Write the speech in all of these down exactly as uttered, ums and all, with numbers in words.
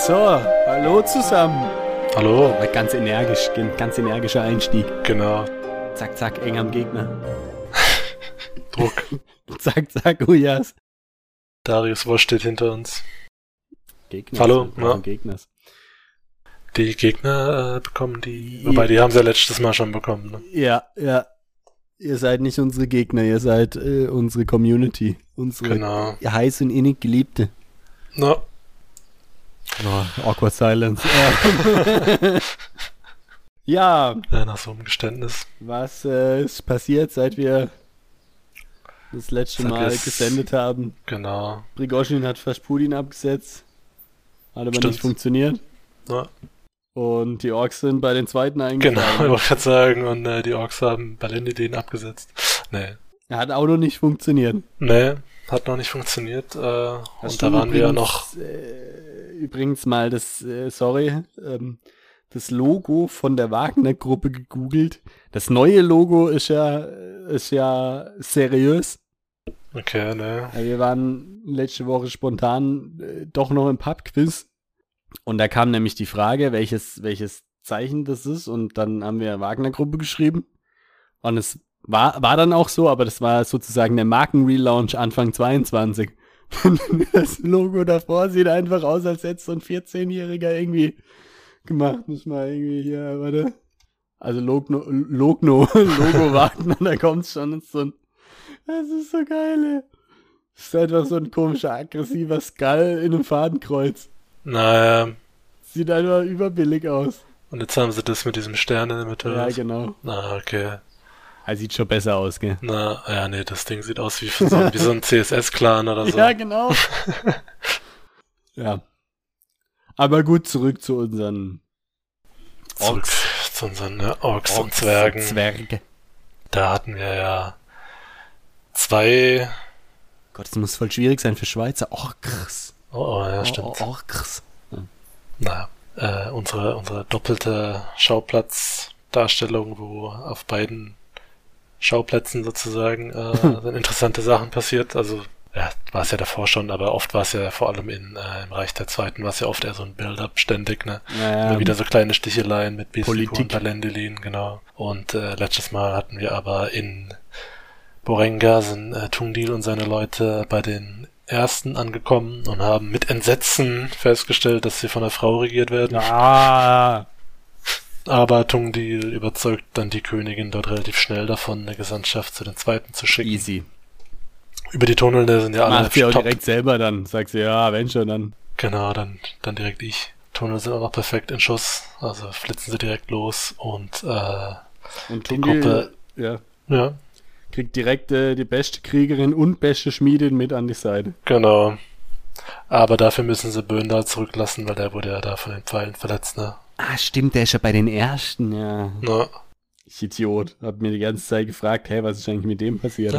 So, hallo zusammen. Hallo. Ganz energisch, ganz energischer Einstieg. Genau. Zack, zack, eng am Gegner. Druck. Zack, zack, Ujas. Darius Wosch steht hinter uns. Gegners, Hallo. Ja. Gegners. Die Gegner äh, bekommen die... Wobei, die haben sie ja letztes Mal schon bekommen. Ne? Ja, ja. Ihr seid nicht unsere Gegner, ihr seid äh, unsere Community. Unsere genau. heiß und innig Geliebte. No. Oh, awkward silence. Ja. Ja, nach so einem Geständnis. Was äh, ist passiert, seit wir das letzte seit Mal gesendet haben? Genau. Prigozhin hat fast Putin abgesetzt. Hat aber Stimmt. nicht funktioniert. Ja. Und die Orks sind bei den zweiten eingefallen. Genau, ich wollte gerade sagen, und äh, die Orks haben Balendidin abgesetzt. Nee. Hat auch noch nicht funktioniert. Nee, hat noch nicht funktioniert. Äh, und da waren übrigens, wir ja noch... Äh, übrigens mal das, äh, sorry, ähm, das Logo von der Wagner-Gruppe gegoogelt. Das neue Logo ist ja, ist ja seriös. Okay, ne. Wir waren letzte Woche spontan äh, doch noch im Pub-Quiz. Und da kam nämlich die Frage, welches, welches Zeichen das ist. Und dann haben wir Wagner-Gruppe geschrieben. Und es war, war dann auch so, aber das war sozusagen der Marken-Relaunch Anfang zweiundzwanzig. Das Logo davor sieht einfach aus, als hätte so ein vierzehnjähriger irgendwie gemacht. Muss mal irgendwie hier, warte. Also Logno, Logno, Logo Wagner, da kommt schon so ein, das ist so geil, ey. Das ist einfach so ein komischer, aggressiver Skull in einem Fadenkreuz. Naja. Sieht einfach überbillig aus. Und jetzt haben sie das mit diesem Stern in der Mitte. Ja, genau. Na, okay. Er sieht schon besser aus, gell? Na, ja, nee, das Ding sieht aus wie, so, wie so ein C S S-Clan oder so. Ja, genau. Ja. Aber gut, zurück zu unseren Zurück Orks. zu unseren ne, Orks, Orks und Zwergen. Und Zwerge. Da hatten wir ja zwei... Gott, das muss voll schwierig sein für Schweizer. Orks. Oh, oh ja, stimmt. Oh, Orks. Ja. Na, äh, unsere, unsere doppelte Schauplatzdarstellung, wo auf beiden Schauplätzen sozusagen äh, interessante Sachen passiert. Also, ja, war es ja davor schon, aber oft war es ja vor allem in, äh, im Reich der Zweiten, war es ja oft eher so ein Build-up ständig, ne? Naja, Immer wieder so kleine Sticheleien mit Beasley und Balendilin, genau. Und äh, letztes Mal hatten wir aber in Borenga sind äh, Tungdil und seine Leute bei den Ersten angekommen und haben mit Entsetzen festgestellt, dass sie von einer Frau regiert werden. Ah. Aber Tungdil überzeugt dann die Königin dort relativ schnell davon, eine Gesandtschaft zu den Zweiten zu schicken. Easy. Über die Tunnel, da sind ja alle Macht sie auch top. direkt selber dann. Sagt sie, ja, wenn schon, dann. Genau, dann, dann direkt ich. Tunnel sind auch noch perfekt in Schuss, also flitzen sie direkt los und, äh, und die Tungdil, Gruppe, ja, ja, kriegt direkt äh, die beste Kriegerin und beste Schmiedin mit an die Seite. genau. Aber dafür müssen sie Böndal zurücklassen, weil der wurde ja da von den Pfeilen verletzt, ne? Ah, stimmt, der ist ja bei den Ersten, ja. Na. Ich Idiot. Hab mir die ganze Zeit gefragt, hey, was ist eigentlich mit dem passiert?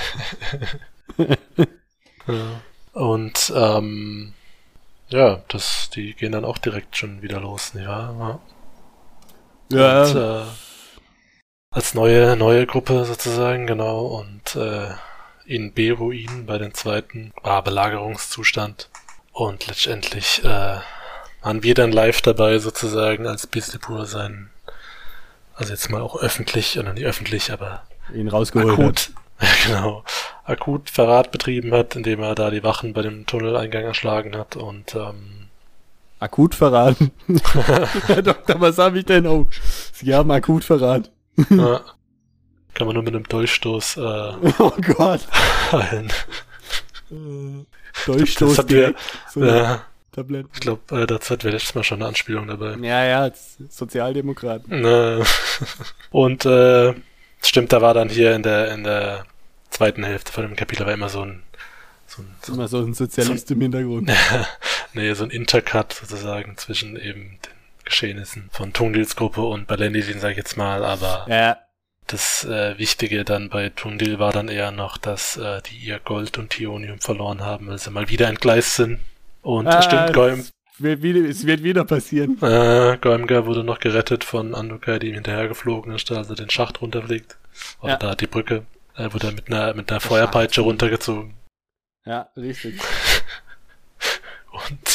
Ja. Und, ähm, ja, das, die gehen dann auch direkt schon wieder los, nicht wahr? Ja. Ja. Und, äh, als neue, neue Gruppe sozusagen, genau, und, äh, in Beruin bei den Zweiten war Belagerungszustand und letztendlich, äh, waren wir dann live dabei sozusagen, als Bislipur sein, also jetzt mal auch öffentlich, oder nicht öffentlich, aber ihn rausgeholt akut, hat. ja genau, akut Verrat betrieben hat, indem er da die Wachen bei dem Tunneleingang erschlagen hat und ähm, akut verraten. Herr Doktor, was habe ich denn? Oh, Sie haben akut verraten. ja, kann man nur mit einem Dolchstoß äh, oh Gott. heilen. Dolchstoß das hat wir, so ja, Tabletten. ich glaube, äh, dazu hatten wir letztes Mal schon eine Anspielung dabei. Ja, ja, Sozialdemokraten. Ne. Und äh, stimmt, da war dann hier in der in der zweiten Hälfte von dem Kapitel war immer so ein so ein, so immer so ein Sozialist so ein, im Hintergrund. nee, so ein Intercut sozusagen zwischen eben den Geschehnissen von Tungdils Gruppe und Balendidin, sag ich jetzt mal, aber ja. Das äh, Wichtige dann bei Tungdil war dann eher noch, dass äh, die ihr Gold und Tionium verloren haben, weil sie mal wieder entgleist sind. Und ah, stimmt, Goim, es, wird wieder, es wird wieder passieren. Äh, Goimgar wurde noch gerettet von Andukai, die ihm hinterhergeflogen ist, als er den Schacht runterfliegt. Oder ja. da die Brücke. Er wurde mit einer mit einer Feuerpeitsche runtergezogen. Ja, richtig. Und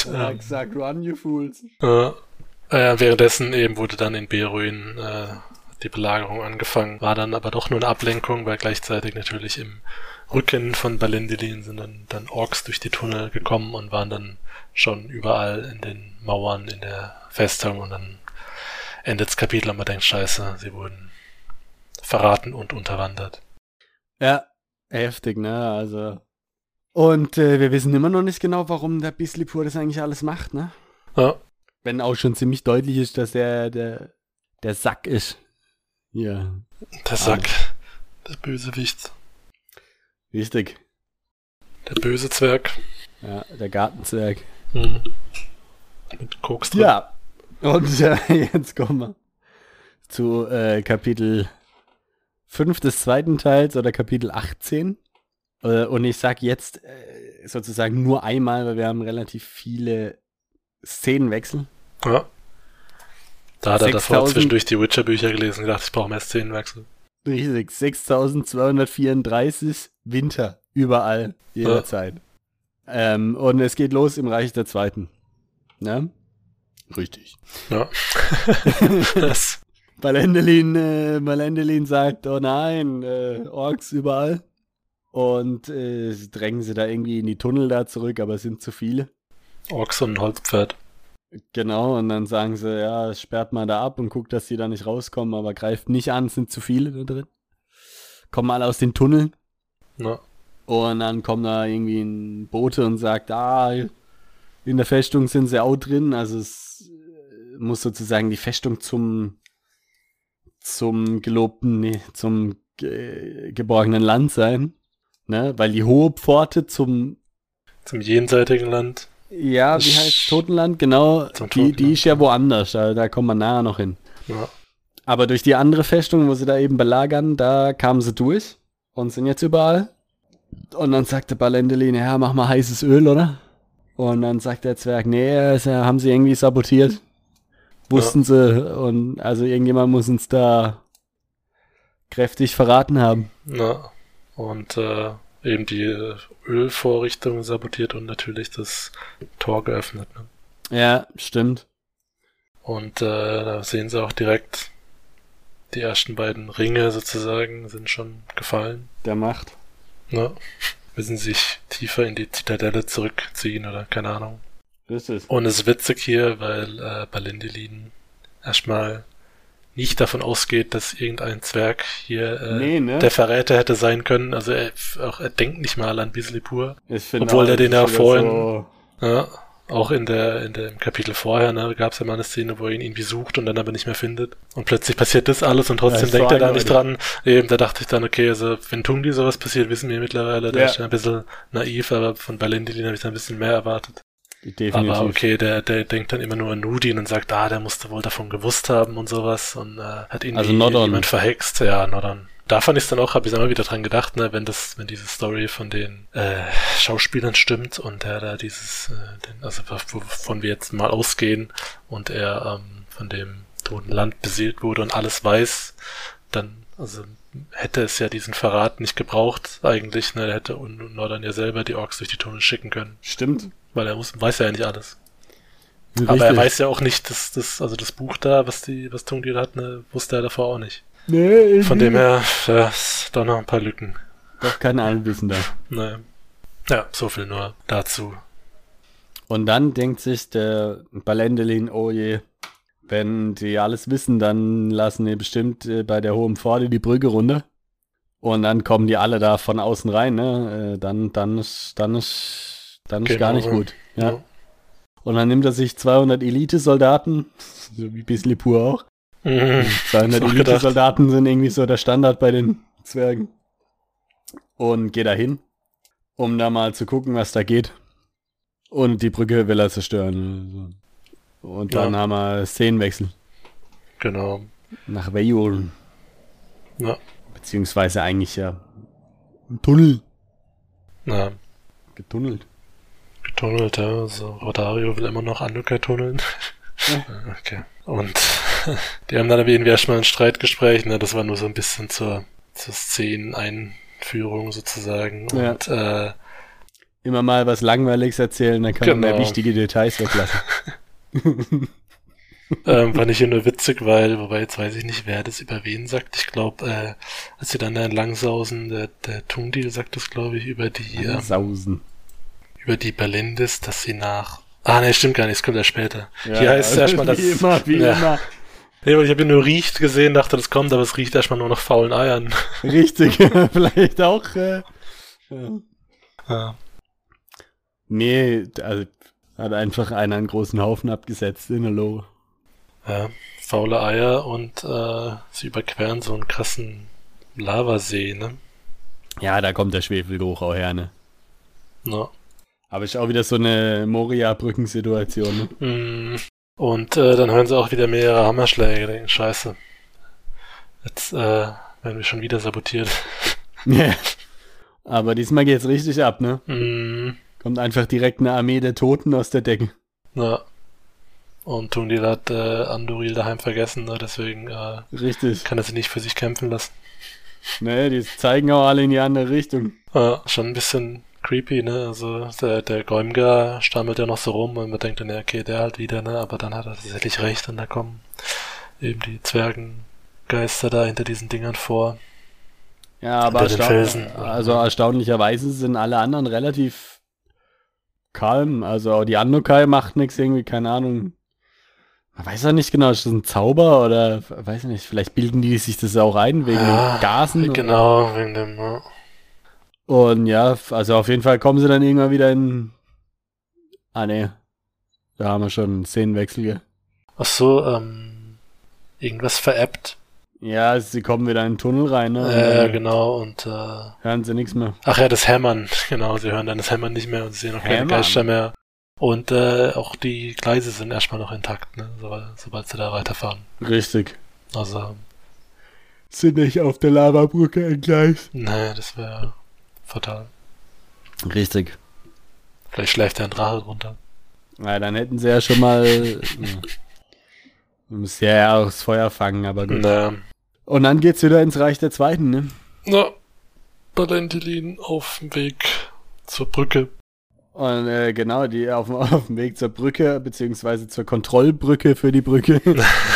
Und Er hat ähm, gesagt, run, you fools. äh, äh, währenddessen eben wurde dann in Beruin äh, die Belagerung angefangen, war dann aber doch nur eine Ablenkung, weil gleichzeitig natürlich im Rücken von Balindilin sind dann, dann Orks durch die Tunnel gekommen und waren dann schon überall in den Mauern in der Festung und dann endet das Kapitel und man denkt, scheiße, sie wurden verraten und unterwandert. Ja, heftig, ne, also. Und äh, wir wissen immer noch nicht genau, warum der Bislipur das eigentlich alles macht, ne? Ja. Wenn auch schon ziemlich deutlich ist, dass er der, der Sack ist. Ja. Der Sack, der Bösewicht, Richtig. der böse Zwerg. Ja, der Gartenzwerg. Mhm. Mit Koks drin. Ja. Und äh, jetzt kommen wir zu äh, Kapitel fünf des zweiten Teils oder Kapitel achtzehn. Äh, und ich sag jetzt äh, sozusagen nur einmal, weil wir haben relativ viele Szenenwechsel. Ja. Da hat er davor sechstausend zwischendurch die Witcher-Bücher gelesen und gedacht, ich brauche mehr Szenenwechsel. Riesig. sechstausendzweihundertvierunddreißig Winter. Überall. Jederzeit. Ja. Ähm, und es geht los im Reich der Zweiten. Ne? Richtig. Ja. Das. Balendelin, äh, Balendelin sagt, oh nein, äh, Orks überall. Und äh, drängen sie da irgendwie in die Tunnel da zurück, aber es sind zu viele. Orks und ein Holzpferd. Genau, und dann sagen sie, ja, sperrt mal da ab und guckt, dass sie da nicht rauskommen, aber greift nicht an, es sind zu viele da drin. Kommen alle aus den Tunneln. Ja. Und dann kommt da irgendwie ein Bote und sagt, ah, in der Festung sind sie auch drin. Also es muss sozusagen die Festung zum zum gelobten, nee, zum ge geborgenen Land sein. Ne? Weil die hohe Pforte zum Zum jenseitigen Land. Ja, wie heißt Totenland? Genau, Zum die, Totenland, die ist ja woanders, da, da kommen wir nachher noch hin. Ja. Aber durch die andere Festung, wo sie da eben belagern, da kamen sie durch und sind jetzt überall. Und dann sagte Balendelin, ja, mach mal heißes Öl, oder? Und dann sagt der Zwerg, nee, das haben sie irgendwie sabotiert. Wussten ja. sie. Und also irgendjemand muss uns da kräftig verraten haben. Ja. Und äh, eben die Ölvorrichtung sabotiert und natürlich das Tor geöffnet. Ne? Ja, stimmt. Und äh, da sehen sie auch direkt, die ersten beiden Ringe sozusagen sind schon gefallen. Der Macht. Ja. Müssen sich tiefer in die Zitadelle zurückziehen oder keine Ahnung. Das ist. Und es ist witzig hier, weil äh, Balendelin erstmal nicht davon ausgeht, dass irgendein Zwerg hier äh, nee, ne? der Verräter hätte sein können. Also er, auch, er denkt nicht mal an Bislipur. Obwohl auch, er den ja vorhin, so ja, auch in der in dem Kapitel vorher, ne, gab es ja mal eine Szene, wo er ihn irgendwie sucht und dann aber nicht mehr findet. Und plötzlich passiert das alles und trotzdem ja, denkt so er da nicht dran. Eben, da dachte ich dann, okay, also wenn Tungli sowas passiert, wissen wir mittlerweile, der ja. ist ja ein bisschen naiv, aber von Balendelin habe ich da ein bisschen mehr erwartet. Definitiv. Aber okay, der, der denkt dann immer nur an Nudin und sagt, ah, der musste wohl davon gewusst haben und sowas und äh, hat ihn also jemand verhext. Ja, Nordon. Da fand ich es dann auch, habe ich immer wieder dran gedacht, ne, wenn das, wenn diese Story von den äh, Schauspielern stimmt und der da dieses, äh, den, also wovon wir jetzt mal ausgehen und er ähm, von dem toten Land beseelt wurde und alles weiß, dann, also hätte es ja diesen Verrat nicht gebraucht eigentlich, ne, der hätte Nordon ja selber die Orks durch die Tunnel schicken können. Stimmt. Weil er muss, weiß ja nicht alles. Richtig. Aber er weiß ja auch nicht, dass das, also das Buch da, was die, was Tungdil hat, ne, wusste er davor auch nicht. Nee, Von dem her, ja, ist da noch ein paar Lücken. Doch kein Allwissen da. Naja. Ja, so viel nur dazu. Und dann denkt sich der Balendelin, oh je, wenn die alles wissen, dann lassen die bestimmt äh, bei der hohen Pforte die Brücke runter. Und dann kommen die alle da von außen rein, ne? Äh, dann, dann ist, dann ist Dann ist genau, gar nicht gut. Ja. Ja. Und dann nimmt er sich zweihundert Elite-Soldaten, so wie Bislipur auch. Mhm. zweihundert Elite-Soldaten sind irgendwie so der Standard bei den Zwergen. Und geht da hin, um da mal zu gucken, was da geht. Und die Brücke will er zerstören. Und dann ja. haben wir Szenenwechsel. Genau. Nach Veyurn. Ja. Beziehungsweise eigentlich ja ein Tunnel. Ja. Getunnelt. Getunnelt, ja. Also Rodario will immer noch Annukai tunneln. Ja. Okay. Und die haben dann aber irgendwie erstmal ein Streitgespräch, ne? Das war nur so ein bisschen zur, zur Szeneneinführung sozusagen. Ja. Und äh, immer mal was Langweiliges erzählen, dann kann Genau. man mehr wichtige Details weglassen. ähm, fand ich hier nur witzig, weil, wobei jetzt weiß ich nicht, wer das über wen sagt. Ich glaube, äh, als sie dann da langsausen, der, der Tungdil sagt das, glaube ich, über die, ähm, Sausen. über die Berlindis, dass sie nach, ah, ne, stimmt gar nicht, das kommt ja später. Ja, Hier heißt es erstmal, dass, wie immer, wie ja. immer. Nee, weil ich habe nur riecht gesehen, dachte, das kommt, aber es riecht erstmal nur nach faulen Eiern. Richtig, vielleicht auch. Äh, ja. Ja. Nee, also hat einfach einer einen großen Haufen abgesetzt in der Lohe. Ja, faule Eier und äh, sie überqueren so einen krassen Lavasee, ne? Ja, da kommt der Schwefelgeruch auch her, ne? Ja. Aber ist auch wieder so eine Moria-Brückensituation, ne? Mm. Und äh, dann hören sie auch wieder mehrere Hammerschläge, denken, scheiße. Jetzt äh, werden wir schon wieder sabotiert. Ja. Aber diesmal geht's richtig ab, ne? Mm. Kommt einfach direkt eine Armee der Toten aus der Decke. Ja. Und Tungdil hat äh, Anduril daheim vergessen, ne? Deswegen äh, Richtig. kann er sie nicht für sich kämpfen lassen. Ne, die zeigen auch alle in die andere Richtung. Ja, schon ein bisschen creepy, ne? Also der, der Gäumger stammelt ja noch so rum und man denkt dann, ja, okay, der halt wieder, ne? Aber dann hat er tatsächlich recht und da kommen eben die Zwergengeister da hinter diesen Dingern vor. Ja, aber Hinter den ersta Felsen. also erstaunlicherweise sind alle anderen relativ kalm. Also auch die Andokai macht nichts irgendwie, keine Ahnung. Man weiß ja nicht genau, ist das ein Zauber oder weiß ich nicht, vielleicht bilden die sich das auch ein wegen Ja, den Gasen. genau, wegen dem, ja. Und ja, also auf jeden Fall kommen sie dann irgendwann wieder in. Ah ne, da haben wir schon einen Szenenwechsel, gell? Ach so, ähm, irgendwas veräppt. Ja, sie kommen wieder in den Tunnel rein, ne? Und Äh, dann genau, und äh, hören sie nichts mehr. ach ja, das Hämmern, genau, sie hören dann das Hämmern nicht mehr und sie sehen auch keine Hämmern? Geister mehr. Und äh, auch die Gleise sind erstmal noch intakt, ne, sobald, sobald sie da weiterfahren. Richtig. Also, Sind nicht auf der Lavabrücke entgleist. nee, das wäre fatal. Richtig. Vielleicht schläft ja ein Drache drunter. Ja, dann hätten sie ja schon mal. ja. Man muss ja auch das Feuer fangen, aber gut. Naja. Und dann geht's wieder ins Reich der Zweiten, ne? Na, Balentilin auf dem Weg zur Brücke. Und äh, genau, die auf, auf dem Weg zur Brücke, beziehungsweise zur Kontrollbrücke für die Brücke.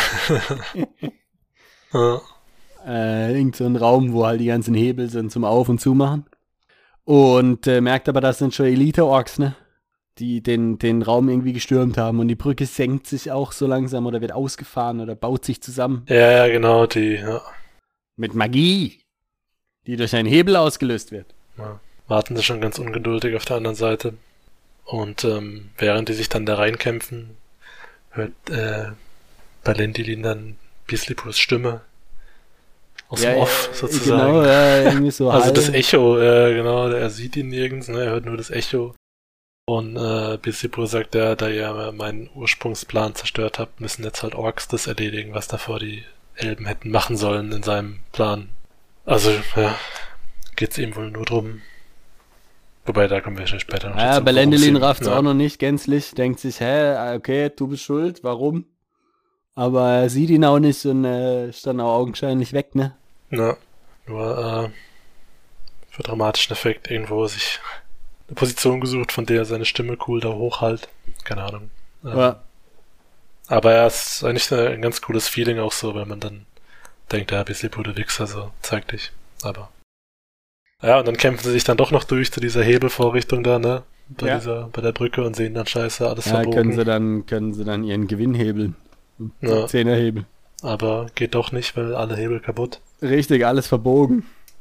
Ja. äh, irgend so ein Raum, wo halt die ganzen Hebel sind zum Auf- und Zumachen. Und äh, merkt aber, das sind schon Elite-Orks, ne? Die den, den Raum irgendwie gestürmt haben. Und die Brücke senkt sich auch so langsam oder wird ausgefahren oder baut sich zusammen. Ja, ja, genau, die, ja. Mit Magie, die durch einen Hebel ausgelöst wird. Ja. Warten sie schon ganz ungeduldig auf der anderen Seite. Und ähm, während die sich dann da reinkämpfen, hört äh, Balentilin dann Bislipurs Stimme aus Ja, dem Off äh, sozusagen. Genau, ja, irgendwie so Also halb. das Echo, äh, genau, er sieht ihn nirgends, ne, er hört nur das Echo. Und äh, Bislipur sagt, ja, da ihr meinen Ursprungsplan zerstört habt, müssen jetzt halt Orks das erledigen, was davor die Elben hätten machen sollen in seinem Plan. Also, ja, geht's ihm wohl nur drum. Wobei, da kommen wir schon später noch Ja, dazu. Balentilin worum es ihm- rafft's ja. auch noch nicht gänzlich, denkt sich, hä, okay, du bist schuld, warum? Aber er sieht ihn auch nicht und äh, ist dann auch augenscheinlich weg, ne? Ja, nur äh, für dramatischen Effekt irgendwo sich eine Position gesucht, von der er seine Stimme cool da hochhält. Keine Ahnung. Ähm, Ja, Aber ja, es ist eigentlich eine, ein ganz cooles Feeling auch so, wenn man dann denkt, ja, Bislipur, du Wichser, so, zeig dich. Aber ja, und dann kämpfen sie sich dann doch noch durch zu dieser Hebelvorrichtung da, ne? Bei Ja. dieser, bei der Brücke und sehen dann scheiße, alles ja verbogen. können sie dann können sie dann ihren Gewinn hebeln. Ja. Zehnerhebel. Aber geht doch nicht, weil alle Hebel kaputt. Richtig, alles verbogen.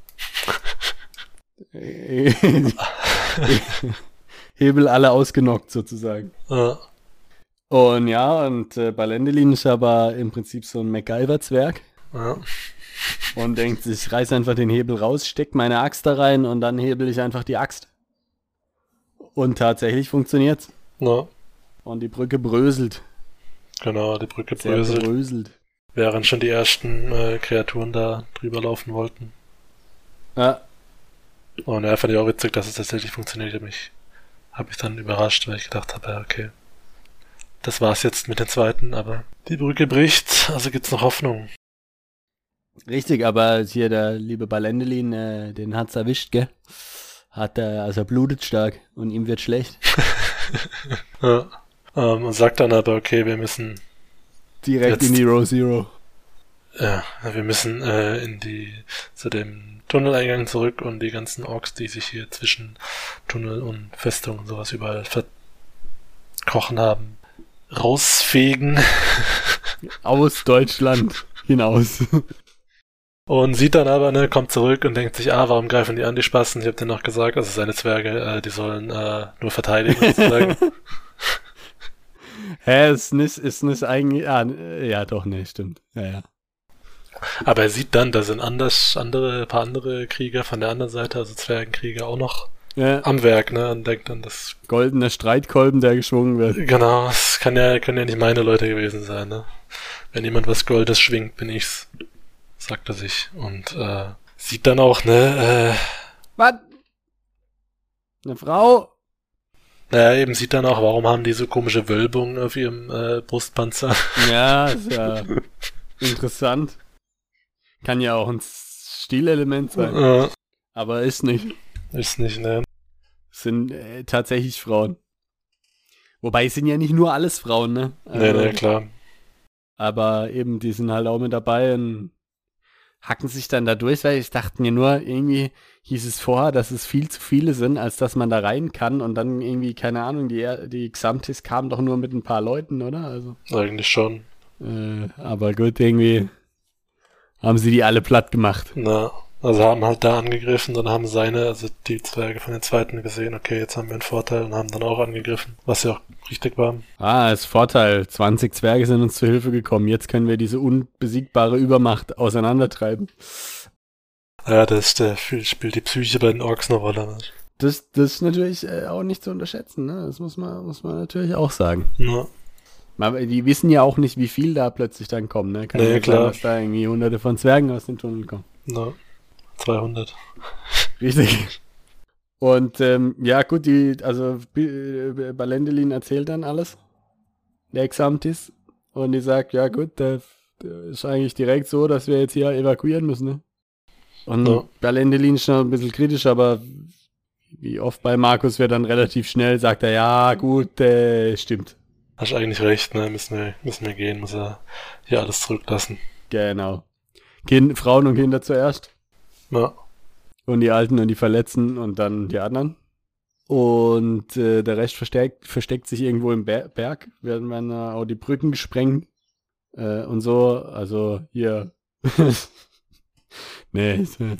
Hebel alle ausgenockt sozusagen. Ja, Und ja, und äh, Balentilin ist aber im Prinzip so ein MacGyver-Zwerg ja, und denkt sich, ich reiß einfach den Hebel raus, steck meine Axt da rein und dann hebel ich einfach die Axt. Und tatsächlich funktioniert's. ja, Und die Brücke bröselt. genau, die Brücke Sehr bröselt, bröselt. während schon die ersten äh, Kreaturen da drüber laufen wollten. Ja, Und ja, fand ich auch witzig, dass es tatsächlich funktioniert. Hab mich, hab mich dann überrascht, weil ich gedacht habe, ja, okay, das war's jetzt mit den zweiten, aber die Brücke bricht, also gibt's noch Hoffnung. richtig, aber hier der liebe Balentilin, äh, den hat's erwischt, gell? hat er, also er blutet stark und ihm wird schlecht. Ja. Ähm, und sagt dann aber, okay, wir müssen direkt jetzt, in die Row Zero. Ja, wir müssen äh, in die zu dem Tunneleingang zurück und die ganzen Orks, die sich hier zwischen Tunnel und Festung und sowas überall verkrochen haben, rausfegen. Aus Deutschland hinaus. Und sieht dann aber, ne, kommt zurück und denkt sich, ah, warum greifen die an, die Spasten? Ich hab dir noch gesagt, also seine Zwerge, äh, die sollen äh, nur verteidigen, sozusagen. Hä, ist nicht, ist nicht eigentlich, ah, ja, doch, ne, stimmt, ja, ja. Aber er sieht dann, da sind anders, andere, paar andere Krieger von der anderen Seite, also Zwergenkrieger auch noch ja. am Werk, ne, und denkt dann, das... Goldener Streitkolben, der geschwungen wird. Genau, das kann ja, können ja nicht meine Leute gewesen sein, ne. Wenn jemand was Goldes schwingt, bin ich's, sagt er sich, und, äh, sieht dann auch, ne, äh... Was? Eine Frau? Naja, eben sieht dann auch, warum haben die so komische Wölbungen auf ihrem äh, Brustpanzer. Ja, ist ja interessant. Kann ja auch ein Stilelement sein. Ja. Aber ist nicht. Ist nicht, ne? Sind äh, tatsächlich Frauen. Wobei, es sind ja nicht nur alles Frauen, ne? Also, nee, nee, klar. Aber eben, die sind halt auch mit dabei und hacken sich dann da durch, weil ich dachte mir nur, irgendwie hieß es vorher, dass es viel zu viele sind, als dass man da rein kann und dann irgendwie, keine Ahnung, die, die Xamtis kamen doch nur mit ein paar Leuten, oder? Also, eigentlich schon. Äh, aber gut, irgendwie haben sie die alle platt gemacht. Na, also haben halt da angegriffen, dann haben seine, also die Zwerge von den Zweiten gesehen, okay, jetzt haben wir einen Vorteil und haben dann auch angegriffen, was ja auch richtig war. Ah, das Vorteil, zwanzig Zwerge sind uns zu Hilfe gekommen, jetzt können wir diese unbesiegbare Übermacht auseinandertreiben. Ja, das ist der, spielt die Psyche bei den Orks eine Rolle. Ne? Das, das ist natürlich äh, auch nicht zu unterschätzen, ne? Das muss man, muss man natürlich auch sagen. Ja. Die wissen ja auch nicht, wie viel da plötzlich dann kommen, ne? Kann nee, ja klar. sein, dass da irgendwie hunderte von Zwergen aus den Tunneln kommen. Ja, zweihundert. Richtig. Und ähm, ja gut, die, also B- Balendelin erzählt dann alles, der Xamtis, und die sagt, ja gut, das ist eigentlich direkt so, dass wir jetzt hier evakuieren müssen, ne? Und ja. Balendelin ist schon ein bisschen kritisch, aber wie oft bei Markus wird dann relativ schnell, sagt er, ja gut, äh, stimmt. Hast eigentlich recht, ne? Müssen wir, müssen wir gehen, muss er hier alles zurücklassen. Genau. Kind, Frauen und Kinder zuerst. Ja. Und die Alten und die Verletzten und dann die anderen. Und äh, der Rest versteckt, versteckt sich irgendwo im Ber- Berg. Werden dann äh, auch die Brücken gesprengt. Äh, und so, also hier. nee, ist äh,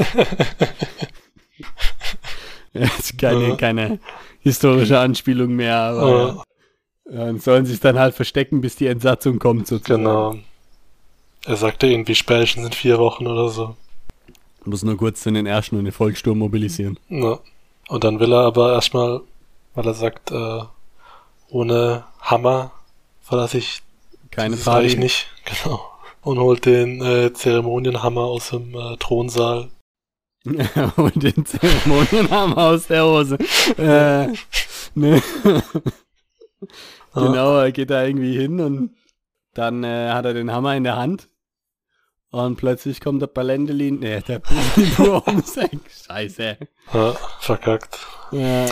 keine, ist keine, ja. keine historische Anspielung mehr, aber ja. Ja, und sollen sich dann halt verstecken, bis die Entsatzung kommt, sozusagen. Genau. Er sagte irgendwie spätestens in vier Wochen oder so. Muss nur kurz in den Ersten und den Volkssturm mobilisieren. Ja. Und dann will er aber erstmal, weil er sagt, äh, ohne Hammer verlasse ich keine das Party. Reich nicht. Genau. Und holt den äh, Zeremonienhammer aus dem äh, Thronsaal. Und den Zeremonienhammer aus der Hose. äh, ne. Genau, er geht da irgendwie hin und dann äh, hat er den Hammer in der Hand und plötzlich kommt der Balendelin, ne, der Balendelin ums Eck. Scheiße. Ja, verkackt. Ja.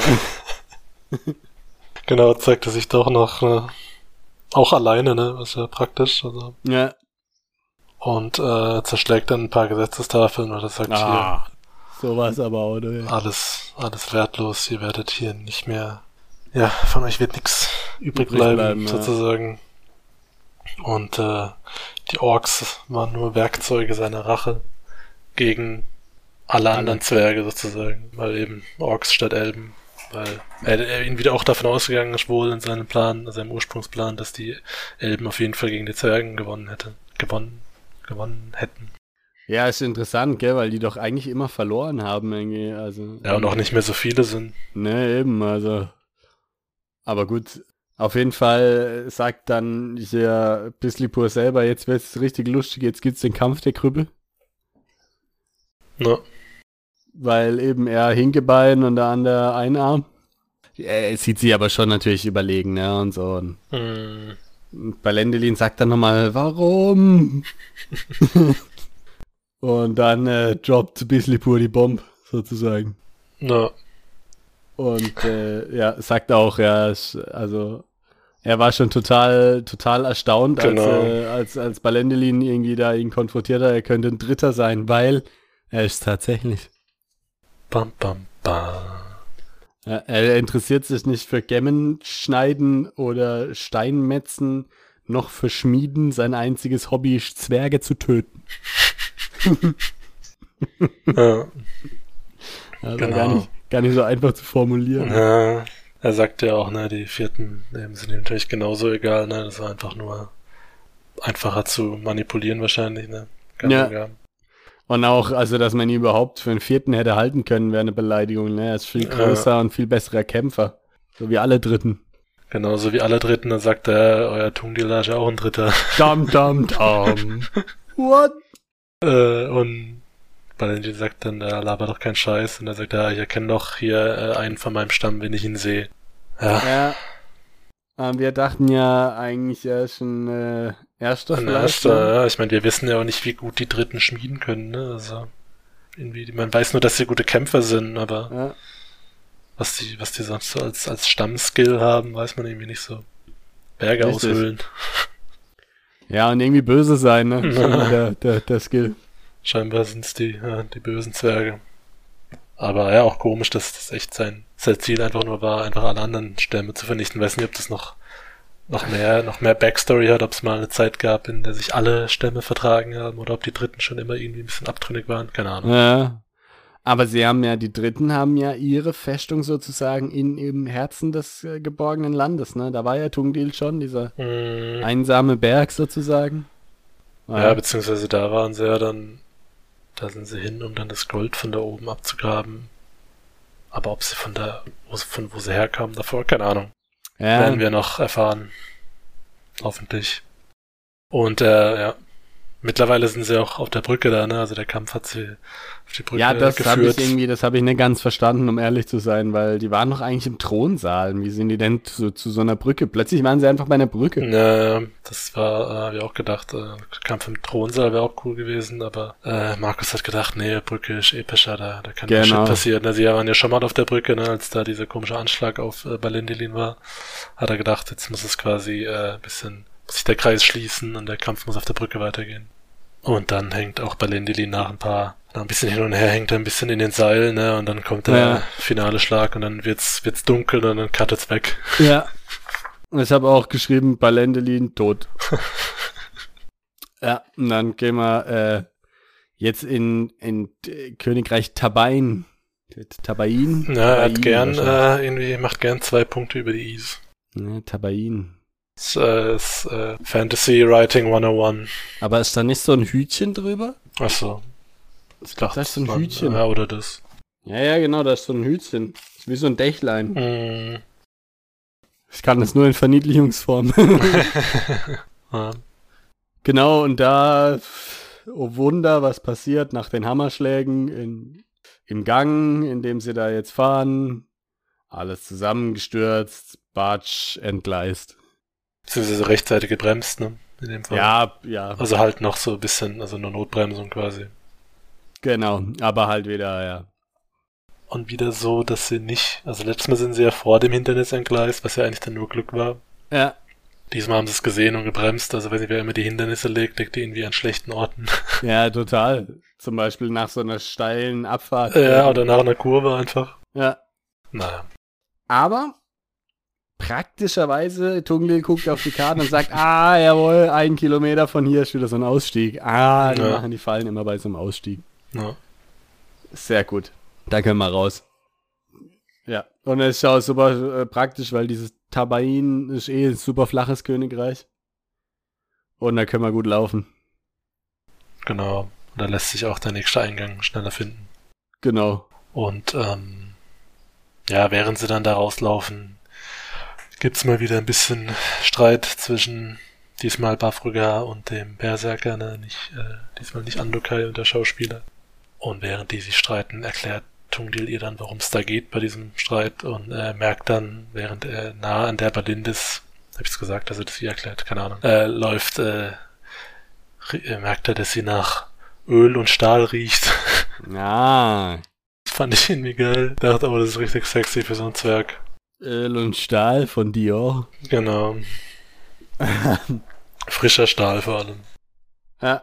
Genau, zeigt er sich doch noch, ne, auch alleine, ne, was ja praktisch, also. Ja. Und äh, zerschlägt dann ein paar Gesetzestafeln oder sagt ah, hier, sowas aber auch, oder? Alles, alles wertlos, ihr werdet hier nicht mehr, ja, von euch wird nichts übrig, übrig bleiben, bleiben, sozusagen. Ja. Und äh, die Orks waren nur Werkzeuge seiner Rache gegen alle anderen Zwerge sozusagen, weil eben Orks statt Elben, weil er, er ihn wieder auch davon ausgegangen ist, wohl in seinem Plan, seinem Ursprungsplan, dass die Elben auf jeden Fall gegen die Zwergen gewonnen hätte, gewonnen, gewonnen hätten. Ja, ist interessant, gell, weil die doch eigentlich immer verloren haben irgendwie, also. Ja, und auch nicht mehr so viele sind. Ne, eben, also. Aber gut, auf jeden Fall sagt dann der Bislipur selber, jetzt wird es richtig lustig, jetzt gibt's den Kampf der Krüppel. Ja. Weil eben er Hinkebein und der andere Einarm. Er sieht sie aber schon natürlich überlegen, ne, und so. Und hm. Balendelin sagt dann nochmal, warum? Und dann äh, droppt Bislipur die Bombe, sozusagen. No. Und äh, ja, sagt auch, ja, es, also er war schon total, total erstaunt, Genau. als, äh, als, als Balendelin irgendwie da ihn konfrontiert hat, er könnte ein Dritter sein, weil er ist tatsächlich. Bam, bam, bam. Ja, er interessiert sich nicht für Gemmenschneiden oder Steinmetzen, noch für Schmieden. Sein einziges Hobby ist, Zwerge zu töten. Ja. Also Genau. gar nicht, gar nicht so einfach zu formulieren. Ja, er sagt ja auch, ne, die vierten Leben sind ihm natürlich genauso egal, ne, das war einfach nur einfacher zu manipulieren wahrscheinlich, ne. Kann Ja. egal. Und auch, also, dass man ihn überhaupt für einen vierten hätte halten können, wäre eine Beleidigung, ne? Er ist viel größer Ja. und viel besserer Kämpfer. So wie alle Dritten. Genauso wie alle Dritten, dann sagt er, euer Tungdealer ist ja auch ein Dritter. Dam, dam, dam. What? äh, und Balenji sagt dann, er laber doch keinen Scheiß. Und er sagt, ja, ich erkenne doch hier äh, einen von meinem Stamm, wenn ich ihn sehe. Ja. Ja. Ähm, wir dachten ja eigentlich, er ist ein äh, Erster Ein vielleicht. Erster, ne? ja. Ich meine, wir wissen ja auch nicht, wie gut die Dritten schmieden können, ne? Also, irgendwie, man weiß nur, dass sie gute Kämpfer sind, aber Ja. was die, was die sonst so als, als Stammskill haben, weiß man irgendwie nicht so. Berge Richtig. aushöhlen. Ja, und irgendwie böse sein, ne? Ist immer der, der, der Skill. Scheinbar sind's die, ja, die bösen Zwerge. Aber ja, auch komisch, dass das echt sein, sein Ziel einfach nur war, einfach alle anderen Stämme zu vernichten. Weiß nicht, ob das noch, noch mehr, noch mehr Backstory hat, ob es mal eine Zeit gab, in der sich alle Stämme vertragen haben, oder ob die Dritten schon immer irgendwie ein bisschen abtrünnig waren. Keine Ahnung. Ja. Aber sie haben ja, die Dritten haben ja ihre Festung sozusagen in, im Herzen des äh, geborgenen Landes, ne? Da war ja Tungdil schon, dieser Mm, einsame Berg sozusagen. ja, beziehungsweise da waren sie ja dann, da sind sie hin, um dann das Gold von da oben abzugraben. Aber ob sie von da, wo, von wo sie herkamen davor, keine Ahnung. ja. Werden wir noch erfahren. Hoffentlich. Und äh, ja, mittlerweile sind sie auch auf der Brücke da, ne? Also der Kampf hat sie auf die Brücke Ja, das habe geführt. ich irgendwie, das habe ich nicht ganz verstanden, um ehrlich zu sein, weil die waren doch eigentlich im Thronsaal. Wie sind die denn zu, zu so einer Brücke? Plötzlich waren sie einfach bei einer Brücke. Ja, das war, äh, habe ich auch gedacht, äh, Kampf im Thronsaal wäre auch cool gewesen, aber äh, Markus hat gedacht, nee, Brücke ist epischer, da, da kann Genau. genau. Shit passieren. Also, sie waren ja schon mal auf der Brücke, ne, als da dieser komische Anschlag auf äh, Balendelin war, hat er gedacht, jetzt muss es quasi äh, ein bisschen, muss sich der Kreis schließen und der Kampf muss auf der Brücke weitergehen. Und dann hängt auch Balendelin nach ein paar, nach ein bisschen hin und her, hängt er ein bisschen in den Seilen, ne, und dann kommt der Ja. finale Schlag und dann wird's, wird's dunkel und dann cuttet's weg. Ja. Und ich habe auch geschrieben, Balendelin tot. Ja, und dann gehen wir äh, jetzt in, in äh, Königreich Tabain. Tabain? Ja, er hat Tabain gern, wahrscheinlich. äh, irgendwie, macht gern zwei Punkte über die Ease. Ja, Tabain. Das äh, ist äh, Fantasy Writing hundertundeins. Aber ist da nicht so ein Hütchen drüber? Achso. Ich dachte, das ist so ein man- Hütchen. Ja, oder das. Ja, ja, genau, da ist so ein Hütchen. Ist wie so ein Dächlein. Mm. Ich kann das nur in Verniedlichungsform. Ja. Genau, und da, oh Wunder, was passiert nach den Hammerschlägen in, im Gang, in dem sie da jetzt fahren. Alles zusammengestürzt, Bartsch entgleist. Beziehungsweise rechtzeitig gebremst, ne? In dem Fall. Ja, ja, Also halt noch so ein bisschen, also eine Notbremsung quasi. genau, aber halt wieder, ja. Und wieder so, dass sie nicht, also letztes Mal sind sie ja vor dem Hindernis entgleist, was ja eigentlich dann nur Glück war. Ja, Diesmal haben sie es gesehen und gebremst, also wenn wer immer die Hindernisse legt, legt die irgendwie an schlechten Orten. ja, total. Zum Beispiel nach so einer steilen Abfahrt. Ja, oder nach einer Kurve einfach. Ja. Naja. Aber praktischerweise, Tungdil guckt auf die Karte und sagt, ah, jawohl, ein Kilometer von hier ist wieder so ein Ausstieg. Ah, die Ja. machen die Fallen immer bei so einem Ausstieg. Ja. Sehr gut. Da können wir raus. Ja, und es ist auch super äh, praktisch, weil dieses Tabain ist eh ein super flaches Königreich. Und da können wir gut laufen. Genau. Und da lässt sich auch der nächste Eingang schneller finden. Genau. Und ähm, ja, während sie dann da rauslaufen, gibt's mal wieder ein bisschen Streit zwischen diesmal Bafruga und dem Berserker, ne? Nicht, äh, diesmal nicht Andokai und der Schauspieler. Und während die sich streiten, erklärt Tungdil ihr dann, worum es da geht bei diesem Streit und äh, merkt dann, während er nah an der Balindis, hab ich's gesagt, dass er das ihr erklärt, keine Ahnung, äh, läuft, äh, rie- äh, merkt er, dass sie nach Öl und Stahl riecht. Ja. fand ich irgendwie geil. Dachte, oh, das ist richtig sexy für so einen Zwerg. Öl und Stahl von Dior. Genau. Frischer Stahl vor allem. Ja.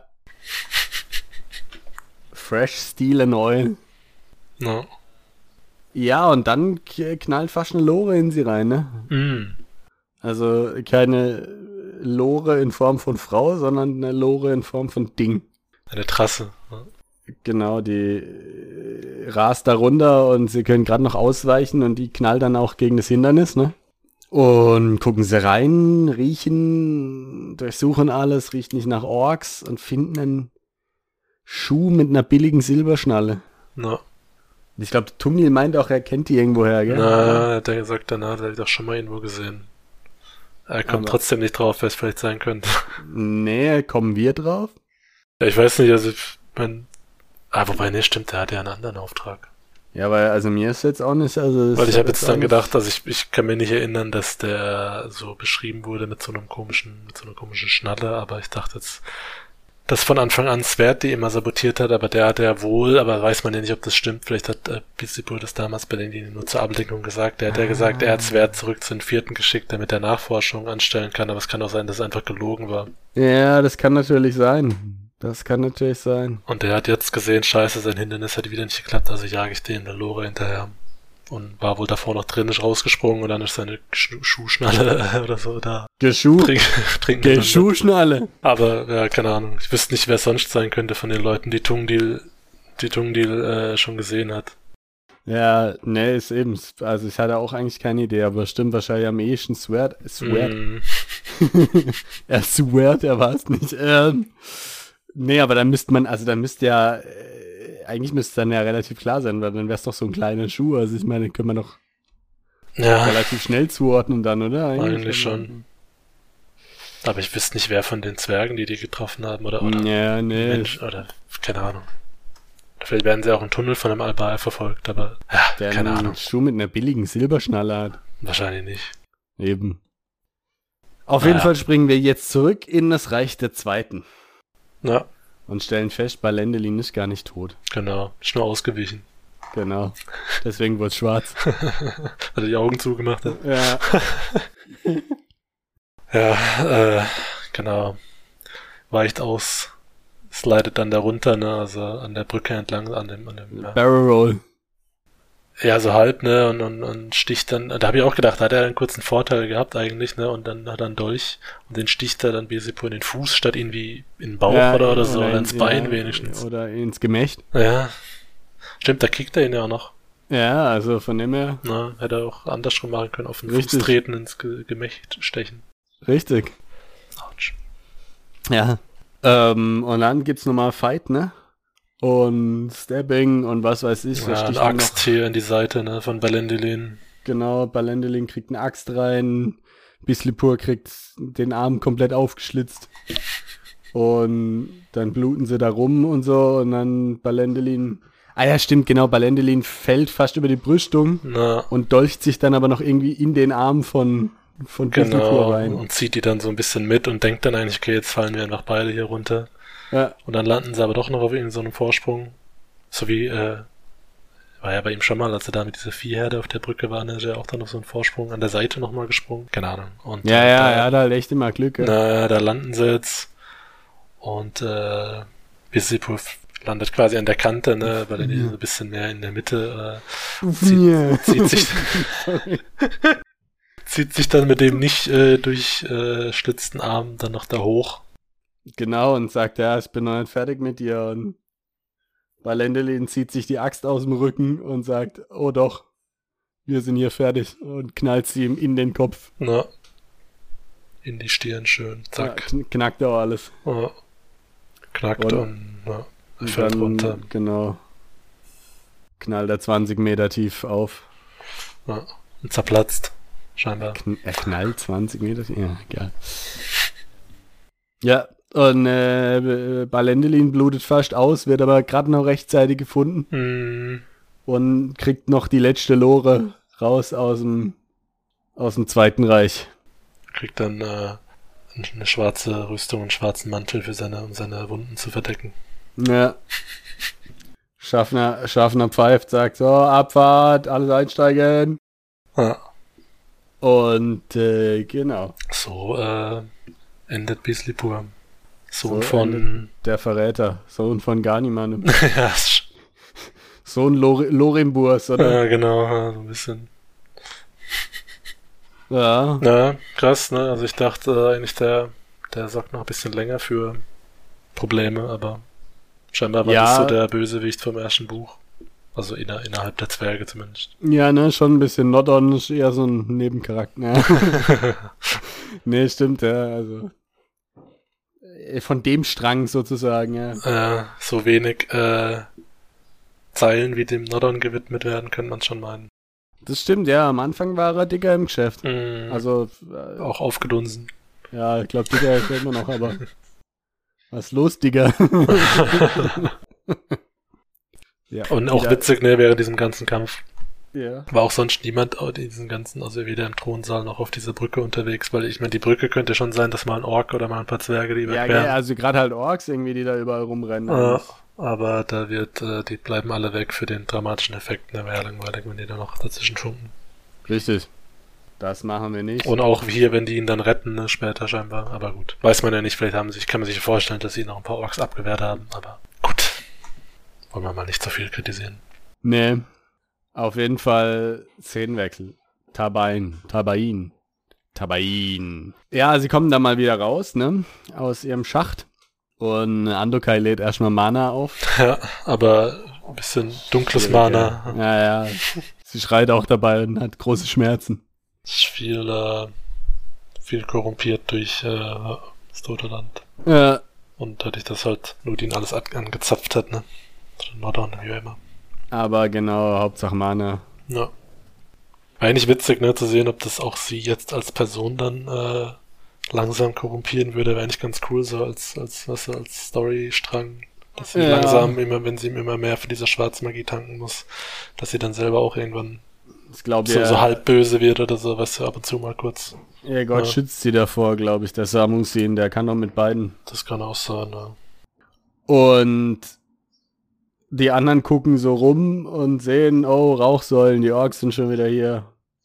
Fresh Steel and Oil. No. Ja, und dann k- knallt fast eine Lore in sie rein, ne? Mm. Also keine Lore in Form von Frau, sondern eine Lore in Form von Ding. Eine Trasse. Ja. Genau, die äh, rast da runter und sie können gerade noch ausweichen und die knallt dann auch gegen das Hindernis, ne? Und gucken sie rein, riechen, durchsuchen alles, riecht nicht nach Orks und finden einen Schuh mit einer billigen Silberschnalle. No. Ich glaube, Tumnil meint auch, er kennt die irgendwoher, gell? Na, der sagt danach, der hat ich doch schon mal irgendwo gesehen. Er kommt Aber- trotzdem nicht drauf, wer es vielleicht sein könnte. Nee, kommen wir drauf? Ja, ich weiß nicht, also ich mein, ah, wobei, nee, stimmt, der hat ja einen anderen Auftrag. Ja, weil also mir ist jetzt auch nicht, also... es Weil ich ist habe jetzt auch dann nicht- gedacht, also ich, ich kann mir nicht erinnern, dass der so beschrieben wurde mit so einem komischen, mit so einer komischen Schnalle, aber ich dachte jetzt, dass von Anfang an Sverd die immer sabotiert hat, aber der hat ja wohl, aber weiß man ja nicht, ob das stimmt, vielleicht hat äh, Bizipur das damals bei denen nur zur Ablenkung gesagt, der hat ja Ah. gesagt, er hat Sverd zurück zu den Vierten geschickt, damit er Nachforschung anstellen kann, aber es kann auch sein, dass es einfach gelogen war. Ja, das kann natürlich sein. Das kann natürlich sein. Und der hat jetzt gesehen, scheiße, sein Hindernis hat wieder nicht geklappt, also jage ich den der Lore hinterher. Und war wohl davor noch drin, ist rausgesprungen und dann ist seine Sch- Schuhschnalle oder so da Geschuh. trink, trinken. gelandet. Geschuhschnalle. Aber, ja, keine Ahnung. Ich wüsste nicht, wer es sonst sein könnte von den Leuten, die Tungdeal, die Tungdeal äh, schon gesehen hat. Ja, nee, ist eben. Also ich hatte auch eigentlich keine Idee, aber stimmt wahrscheinlich am ehesten Swert. Swert. Mm, er sweart, er war es nicht. Ähm, nee, aber dann müsste man, also dann müsste ja, äh, eigentlich müsste es dann ja relativ klar sein, weil dann wäre es doch so ein kleiner Schuh. Also ich meine, den können wir noch ja, relativ schnell zuordnen dann, oder? eigentlich schon. Aber ich wüsste nicht, wer von den Zwergen, die die getroffen haben, oder, oder Ja, nee. Mensch, oder, keine Ahnung. Vielleicht werden sie auch im Tunnel von einem Albar verfolgt, aber, ja, Der keine einen Ahnung. Schuh mit einer billigen Silberschnalle hat. Wahrscheinlich nicht. Eben. Auf Naja. jeden Fall springen wir jetzt zurück in das Reich der Zweiten Ja, und stellen fest, Balendelin ist gar nicht tot. genau. Ist nur ausgewichen. Genau. Deswegen wurde es schwarz. Weil er die Augen zugemacht hat. Ja. Ja, äh, genau. Weicht aus. Slidet dann da runter, ne, also an der Brücke entlang, an dem, an dem, ja. Barrel Roll. Ja, so halb, ne, und, und, und sticht dann, da habe ich auch gedacht, da hat er einen kurzen Vorteil gehabt eigentlich, ne, und dann hat er einen Dolch und den sticht er dann Bizipur in den Fuß statt irgendwie in den Bauch Ja, oder, oder so, oder in- ins Bein ja, wenigstens. Oder ins Gemächt. Ja. Stimmt, da kickt er ihn ja auch noch. Ja, also von dem her. Ne, hätte er auch andersrum machen können, auf den Richtig. Fuß treten, ins Ge Gemächt stechen. Richtig. Autsch. Ja. Ähm, und dann gibt's nochmal Fight, ne? Und Stabbing und was weiß ich. da Ja, sticht eine dann Axt hier in die Seite, ne, von Balendelin. Genau, Balendelin kriegt eine Axt rein, Bislipur kriegt den Arm komplett aufgeschlitzt und dann bluten sie da rum und so und dann Balendelin, ah ja stimmt, genau, Balendelin fällt fast über die Brüstung Na, und dolcht sich dann aber noch irgendwie in den Arm von, von Bislipur genau, rein. und zieht die dann so ein bisschen mit und denkt dann eigentlich, okay, jetzt fallen wir einfach beide hier runter. Ja, Und dann landen sie aber doch noch auf irgendeinem so einem Vorsprung. So wie, äh, war ja bei ihm schon mal, als er da mit dieser Viehherde auf der Brücke war, ne, ist er auch dann auf so einen Vorsprung an der Seite nochmal gesprungen. Keine Ahnung. Und, ja, äh, ja, da, er hat halt echt immer Glück. Ja. Na, da landen sie jetzt. Und, äh, Bizipur landet quasi an der Kante, ne, weil er die so ein bisschen mehr in der Mitte, äh, zieht, Ja. zieht sich, Sorry. zieht sich dann mit dem nicht, äh, durchschlitzten Arm dann noch da hoch. Genau, und sagt, ja, ich bin noch nicht fertig mit dir. Und Balendelin zieht sich die Axt aus dem Rücken und sagt, oh doch, wir sind hier fertig. Und knallt sie ihm in den Kopf. Na, in die Stirn schön, Ja, zack. kn knackt auch alles. Ja. Knackt Und- und, ja, er Und fällt dann, runter. genau, knallt er zwanzig Meter tief auf. Ja, und zerplatzt, scheinbar. Kn er knallt zwanzig Meter tief? Ja, egal. Ja, und äh, Balendelin blutet fast aus, wird aber gerade noch rechtzeitig gefunden. Hm, Und kriegt noch die letzte Lore raus aus dem, aus dem Zweiten Reich. kriegt dann äh, eine schwarze Rüstung und einen schwarzen Mantel für seine, um seine Wunden zu verdecken. Ja. Schaffner, Schaffner pfeift, sagt so, Abfahrt, alles einsteigen. Ja. Und äh, genau. So äh, endet Bislipur. Sohn So von... endet der Verräter, Sohn von Garniman. ja, sch- Sohn Lor Lorimburs, oder? ja, genau, ja, so ein bisschen. Ja. Ja, krass, ne? Also ich dachte äh, eigentlich, der, der sorgt noch ein bisschen länger für Probleme, aber scheinbar war Ja. das so der Bösewicht vom ersten Buch. Also inner, innerhalb der Zwerge zumindest. Ja, ne, schon ein bisschen Nordon ist eher so ein Nebencharakter. Ja. Nee, stimmt, ja, also äh, von dem Strang sozusagen, ja. äh, so wenig äh, Zeilen wie dem Nordon gewidmet werden, könnte man schon meinen. Das stimmt, ja, am Anfang war er dicker im Geschäft. Mm, Also, äh, auch aufgedunsen. ja, ich glaube, dicker ist er immer noch, aber was ist los, Digga? Ja, Und auch wieder- witzig, ne, während diesem ganzen Kampf Ja. war auch sonst niemand in diesen ganzen, also weder im Thronsaal noch auf dieser Brücke unterwegs, weil ich meine, die Brücke könnte schon sein, dass mal ein Ork oder mal ein paar Zwerge die Ja, überqueren. gell, also gerade halt Orks irgendwie, die da überall rumrennen. Ja, aber da wird, äh, die bleiben alle weg für den dramatischen Effekt, ne, wäre ja langweilig, wenn die da noch dazwischen funken. Richtig. Das machen wir nicht. Und auch hier, wenn die ihn dann retten, ne, später scheinbar, aber gut. Weiß man ja nicht, vielleicht haben sich, kann man sich vorstellen, dass sie noch ein paar Orks abgewehrt haben, aber gut. Wollen wir mal nicht so viel kritisieren. Nee. Auf jeden Fall Szenenwechsel. Tabain. Tabain. Tabain. Ja, sie kommen da mal wieder raus, ne? Aus ihrem Schacht. Und Andokai lädt erstmal Mana auf. Ja, aber ein bisschen dunkles Mana. Ja, ja. Sie schreit auch dabei und hat große Schmerzen. Ist viel, äh, viel korrumpiert durch äh, das Tote Land. Ja. Und dadurch, dass halt Nudin alles an- angezapft hat, ne? Oder Nordon, wie auch immer. Aber genau, Hauptsache Mana. Ja. War eigentlich witzig, ne, zu sehen, ob das auch sie jetzt als Person dann äh, langsam korrumpieren würde. Wäre eigentlich ganz cool, so als, als, was, als Storystrang. Dass sie Ja. langsam, immer, wenn sie immer mehr für diese Schwarzmagie tanken muss, dass sie dann selber auch irgendwann Ich glaube, so, ja, so halb böse wird oder so, weißt du, ab und zu mal kurz. ihr Gott Ja. schützt sie davor, glaube ich. Der Samusin, der kann doch mit beiden. Das kann auch sein, ne? Und die anderen gucken so rum und sehen, oh, Rauchsäulen, die Orks sind schon wieder hier.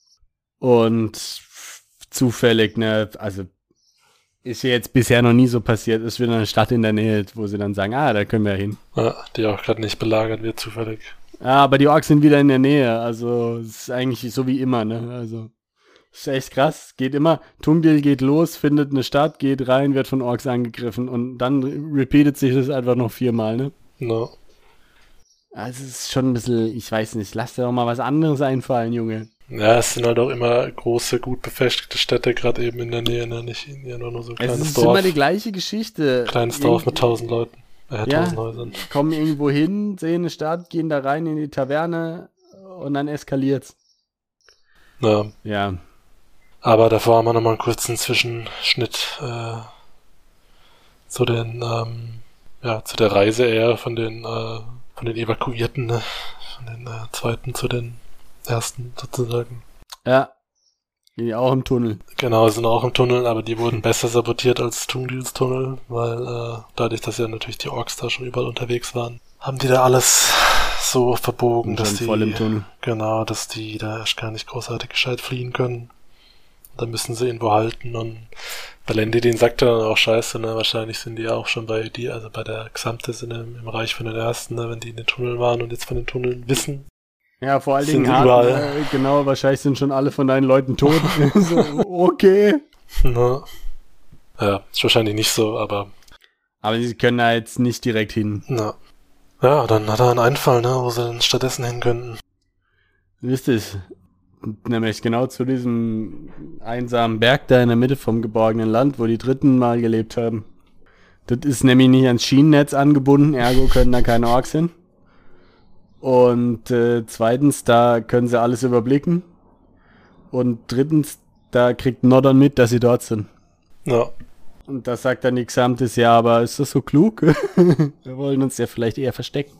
Und zufällig, ne, also ist ja jetzt bisher noch nie so passiert, ist wieder eine Stadt in der Nähe, wo sie dann sagen, ah, da können wir hin. Ja, die auch gerade nicht belagert wird, zufällig. Ja, aber die Orks sind wieder in der Nähe, also es ist eigentlich so wie immer, ne, also ist echt krass, geht immer, Tungdil geht los, findet eine Stadt, geht rein, wird von Orks angegriffen und dann repeatet sich das einfach noch viermal, ne. No. Also es ist schon ein bisschen, ich weiß nicht, lass dir doch mal was anderes einfallen, Junge. Ja, es sind halt auch immer große, gut befestigte Städte, gerade eben in der Nähe, ne? Nicht ja, nur, nur so ein Es kleines ist Dorf. immer die gleiche Geschichte. Kleines Dorf mit Irgend- tausend Leuten. Äh, Ja. tausend Häusern. Kommen irgendwo hin, sehen eine Stadt, gehen da rein in die Taverne und dann eskaliert's. Ja. Ja, Aber davor haben wir nochmal einen kurzen Zwischenschnitt äh, zu den, ähm, ja, zu der Reise eher von den, äh, von den Evakuierten, ne? Von den äh, zweiten zu den ersten sozusagen. ja. Die auch im Tunnel. Genau, sind auch im Tunnel, aber die wurden besser sabotiert als Tungdils Tunnel, weil äh, dadurch, dass ja natürlich die Orks da schon überall unterwegs waren, haben die da alles so verbogen, Und dass schon die, voll im Tunnel. genau, dass die da erst gar nicht großartig gescheit fliehen können. Da müssen sie irgendwo halten und Belendidin sagt ja dann auch scheiße, ne, wahrscheinlich sind die ja auch schon bei die, also bei der Xanthis in dem, im Reich von den Ersten, ne, wenn die in den Tunneln waren und jetzt von den Tunneln wissen. Ja, vor allen Sind Dingen hart, überall. äh, genau, wahrscheinlich sind schon alle von deinen Leuten tot. So, okay. Ne? Ja, ist wahrscheinlich nicht so, aber Aber sie können da jetzt nicht direkt hin. na. Ja, dann hat er einen Einfall, ne, wo sie dann stattdessen hin könnten. Wisst ihr, nämlich genau zu diesem einsamen Berg da in der Mitte vom geborgenen Land, wo die Dritten mal gelebt haben. Das ist nämlich nicht ans Schienennetz angebunden, ergo können da keine Orks hin. Und äh, zweitens, da können sie alles überblicken. Und drittens, da kriegt Nordon mit, dass sie dort sind. Ja, Und da sagt dann die Xanthis, ja, aber ist das so klug? Wir wollen uns ja vielleicht eher verstecken.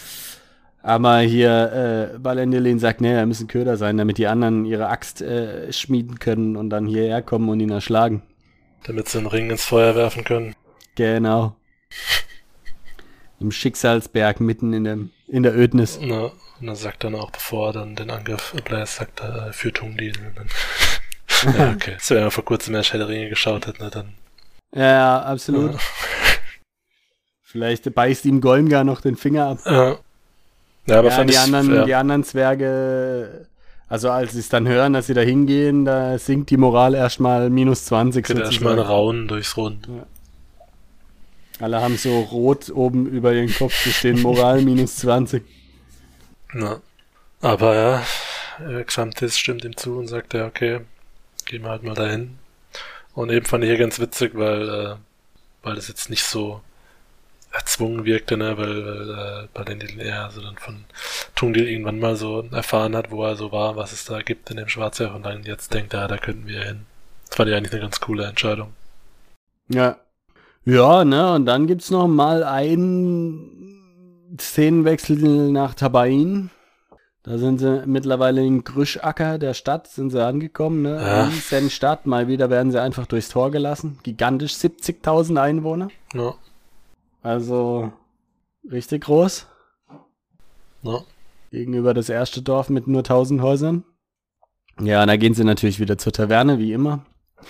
Aber hier, äh, Balendilin sagt, nee, da müssen Köder sein, damit die anderen ihre Axt äh, schmieden können und dann hierher kommen und ihn erschlagen. damit sie einen Ring ins Feuer werfen können. Genau. Im Schicksalsberg mitten in, dem, in der Ödnis. Na, und dann sagt dann auch, bevor er dann den Angriff ablässt, sagt er, äh, für Tungdil. Ja, okay. So, wenn man vor kurzem mehr Herr der Ringe geschaut hat, ne, dann... Ja, absolut. Ja. Vielleicht beißt ihm Golmgar noch den Finger ab. Ja, ja aber ja, fand die, ich... anderen, ja. die anderen Zwerge, also als sie es dann hören, dass sie da hingehen, da sinkt die Moral erstmal minus zwanzig. Geht erstmal ein Raunen durchs Rund. Ja. Alle haben so rot oben über ihren Kopf zu stehen, Moral minus zwanzig. Ja. Aber ja, Xanthis stimmt ihm zu und sagt, ja, okay, gehen wir halt mal dahin. Und eben fand ich hier ganz witzig, weil, äh, weil das jetzt nicht so erzwungen wirkte, ne, weil, weil äh, bei den er also dann von Tungdil irgendwann mal so erfahren hat, wo er so war, was es da gibt in dem Schwarzwerk und dann jetzt denkt, ja, da könnten wir hin. Das fand ich eigentlich eine ganz coole Entscheidung. Ja. Ja, ne, und dann gibt's noch mal einen Szenenwechsel nach Tabain. Da sind sie mittlerweile in Grüschacker, der Stadt, sind sie angekommen, ne? Ja. Riesen Stadt, mal wieder werden sie einfach durchs Tor gelassen. Gigantisch, siebzigtausend Einwohner. Ja. Also, richtig groß. Ja. Gegenüber das erste Dorf mit nur tausend Häusern. Ja, und da gehen sie natürlich wieder zur Taverne, wie immer.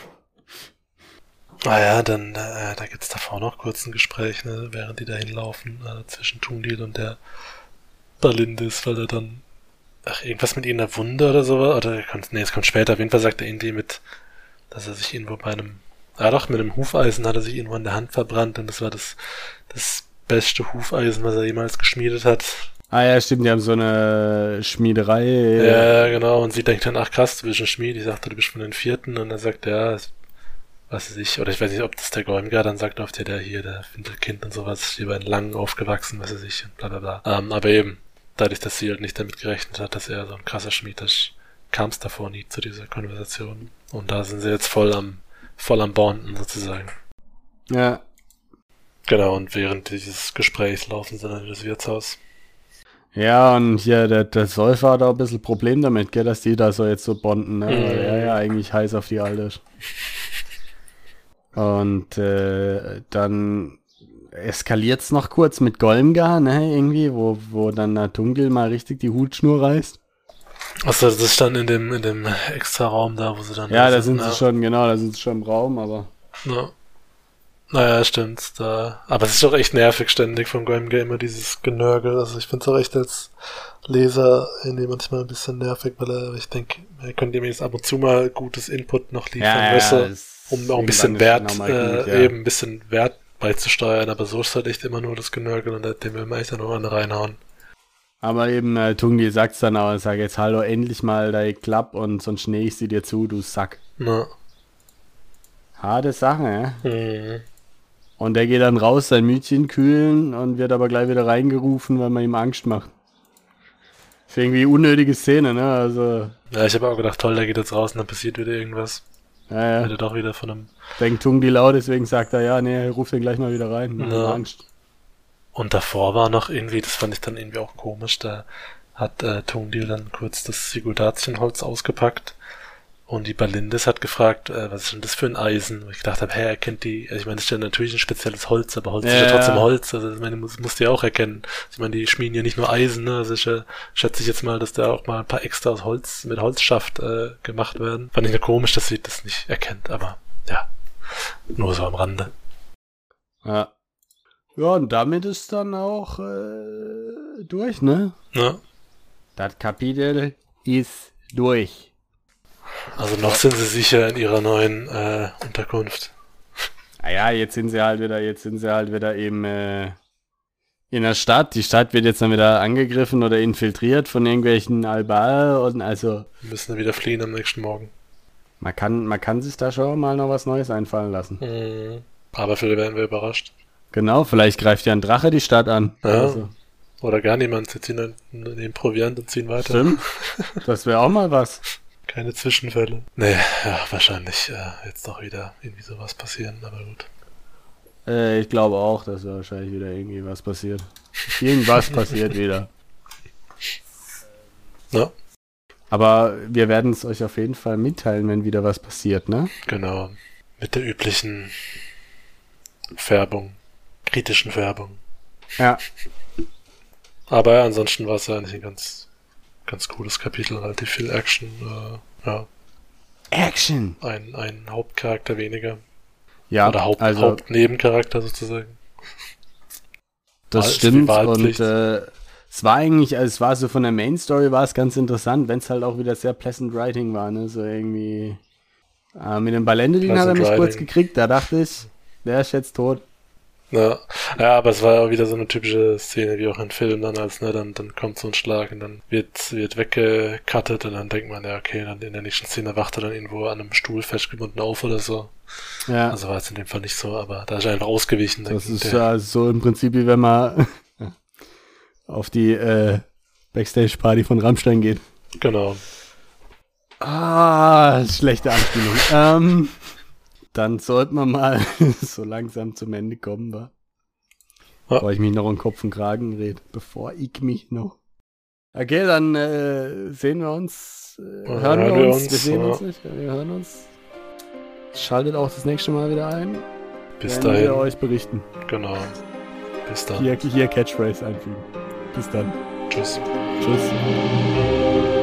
Ah ja, dann, äh, da gibt's davor noch kurz ein Gespräch, ne, während die da hinlaufen, äh, zwischen Tungdil und der Balindis, weil er dann, ach, irgendwas mit ihrer Wunde oder so war, oder, kommt, nee, es kommt später, auf jeden Fall sagt er irgendwie mit, dass er sich irgendwo bei einem, ah doch, mit einem Hufeisen hat er sich irgendwo in der Hand verbrannt und das war das, das beste Hufeisen, was er jemals geschmiedet hat. Ah ja, stimmt, die haben so eine Schmiederei. Ja, genau, und sie denkt dann, ach krass, du bist ein Schmied, ich sagte, du bist von den Vierten, und er sagt, ja, was weiß ich, oder ich weiß nicht, ob das der Golmgar dann sagt, oft ja, der hier, der Winterkind und sowas, hier bei den Langen aufgewachsen, was weiß ich, und bla bla bla. Ähm, aber eben, dadurch, dass sie halt nicht damit gerechnet hat, dass er so ein krasser Schmied ist, kam es davor nie zu dieser Konversation. Und da sind sie jetzt voll am, voll am Bonden sozusagen. Ja. Genau, und während dieses Gesprächs laufen sie dann in das Wirtshaus. Ja, und hier, der, der Säufer hat auch ein bisschen Problem damit, gell, dass die da so jetzt so bonden, ne? Mhm. Weil er ja eigentlich heiß auf die Alte ist. Und äh, dann eskaliert's noch kurz mit Golmgar, ne, irgendwie, wo, wo dann der Tungdil mal richtig die Hutschnur reißt. Achso, das ist dann in dem, in dem Extra-Raum da, wo sie dann... Ja, da sind sie schon, genau, da sind sie schon im Raum, aber... Ja. Naja, stimmt. Da. Aber es ist doch echt nervig ständig von Golmgar immer dieses Genörgel. Also ich finde es auch echt als Leser irgendwie manchmal ein bisschen nervig, weil er, ich denke, er könnte ihm jetzt ab und zu mal gutes Input noch liefern, Ja, weißt ja, du, es- um auch ein bisschen irgendwann Wert, ist es äh, nochmal gut, ja. eben ein bisschen Wert beizusteuern, aber so ist halt echt immer nur das Genörgel und dem will man echt dann noch eine reinhauen. Aber eben, äh, Tungdil sagt's dann auch, sag jetzt, hallo, endlich mal dein Klapp und sonst schnee ich sie dir zu, du Sack. Na. Harte Sache, ja. Mhm. Und der geht dann raus, sein Mütchen kühlen und wird aber gleich wieder reingerufen, weil man ihm Angst macht. Ist irgendwie eine unnötige Szene, ne? Also, Ja, ich habe auch gedacht, toll, der geht jetzt raus und dann passiert wieder irgendwas. ja, Wird er ja. doch wieder von einem... Denkt Tungdil auch, deswegen sagt er, ja, nee, ruf den gleich mal wieder rein. Man Ja. hat Angst. Und davor war noch irgendwie, das fand ich dann irgendwie auch komisch, da hat äh, Tungdil dann kurz das Siguldatien-Holz ausgepackt und die Balindis hat gefragt, äh, was ist denn das für ein Eisen? Und ich gedacht habe, hä, er kennt die, also ich meine, das ist ja natürlich ein spezielles Holz, aber Holz ist ja Ja. trotzdem Holz, also ich meine, muss, musst du ja auch erkennen. Ich meine, die schmieden ja nicht nur Eisen, ne? Also ich äh, schätze ich jetzt mal, dass da auch mal ein paar extra aus Holz, mit Holzschaft äh, gemacht werden. Fand ich ja komisch, dass sie das nicht erkennt, aber ja, nur so am Rande. Ja. Ja, und damit ist dann auch äh, durch, ne? Ne? Das Kapitel ist durch. Also noch sind sie sicher in ihrer neuen äh, Unterkunft. Naja, jetzt sind sie halt wieder, jetzt sind sie halt wieder eben äh, in der Stadt. Die Stadt wird jetzt dann wieder angegriffen oder infiltriert von irgendwelchen Albar und also Wir müssen dann wieder fliehen am nächsten Morgen. man kann, man kann sich da schon mal noch was Neues einfallen lassen. Mhm. Aber vielleicht werden wir überrascht. Genau, vielleicht greift ja ein Drache die Stadt an. Ja. Also, Oder gar niemand. Sie ziehen in den Proviant und ziehen weiter. stimmt. Das wäre auch mal was. Keine Zwischenfälle. Nee, ja, wahrscheinlich äh, jetzt doch wieder irgendwie sowas passieren, aber gut. Äh, ich glaube auch, dass da wahrscheinlich wieder irgendwie was passiert. Irgendwas passiert wieder. Ja, Aber wir werden es euch auf jeden Fall mitteilen, wenn wieder was passiert, ne? genau. Mit der üblichen Färbung. Kritischen Färbung. Ja. Aber ja, ansonsten war es ja eigentlich ein ganz, ganz cooles Kapitel, relativ viel Action, äh, ja. Action! Ein, ein Hauptcharakter weniger. Ja, Oder Haupt, also, Hauptnebencharakter sozusagen. das Wahl- stimmt. Und Wahlpflicht. äh, es war eigentlich, also es war so von der Main Story war es ganz interessant, wenn es halt auch wieder sehr pleasant writing war, ne? So irgendwie. Äh, mit dem Ballendelin hat er Pleasant mich kurz writing. gekriegt, da dachte ich, der ist jetzt tot. Ja. ja, aber es war ja auch wieder so eine typische Szene, wie auch in Filmen dann, als, ne, dann, dann kommt so ein Schlag und dann wird, wird weggecuttet und dann denkt man, ja, okay, dann in der nächsten Szene wacht er dann irgendwo an einem Stuhl festgebunden auf oder so. Ja. Also war es in dem Fall nicht so, aber da ist er einfach ausgewichen. Das der- ist der- ja so im Prinzip wie wenn man auf die äh, Backstage-Party von Rammstein geht. Genau. Ah, schlechte Anspielung. ähm, dann sollten wir mal so langsam zum Ende kommen, wa? Ja. Bevor ich mich noch in Kopf und Kragen rede. Bevor ich mich noch. Okay, dann äh, sehen wir uns. Äh, Ja, hören wir hören wir uns. uns, Wir sehen ja. uns nicht. Wir hören uns. Schaltet auch das nächste Mal wieder ein. Bis Werden dahin. wir euch berichten. Genau. Bis dann. Hier, hier Catchphrase einfügen. Bis dann. Tschüss. Tschüss.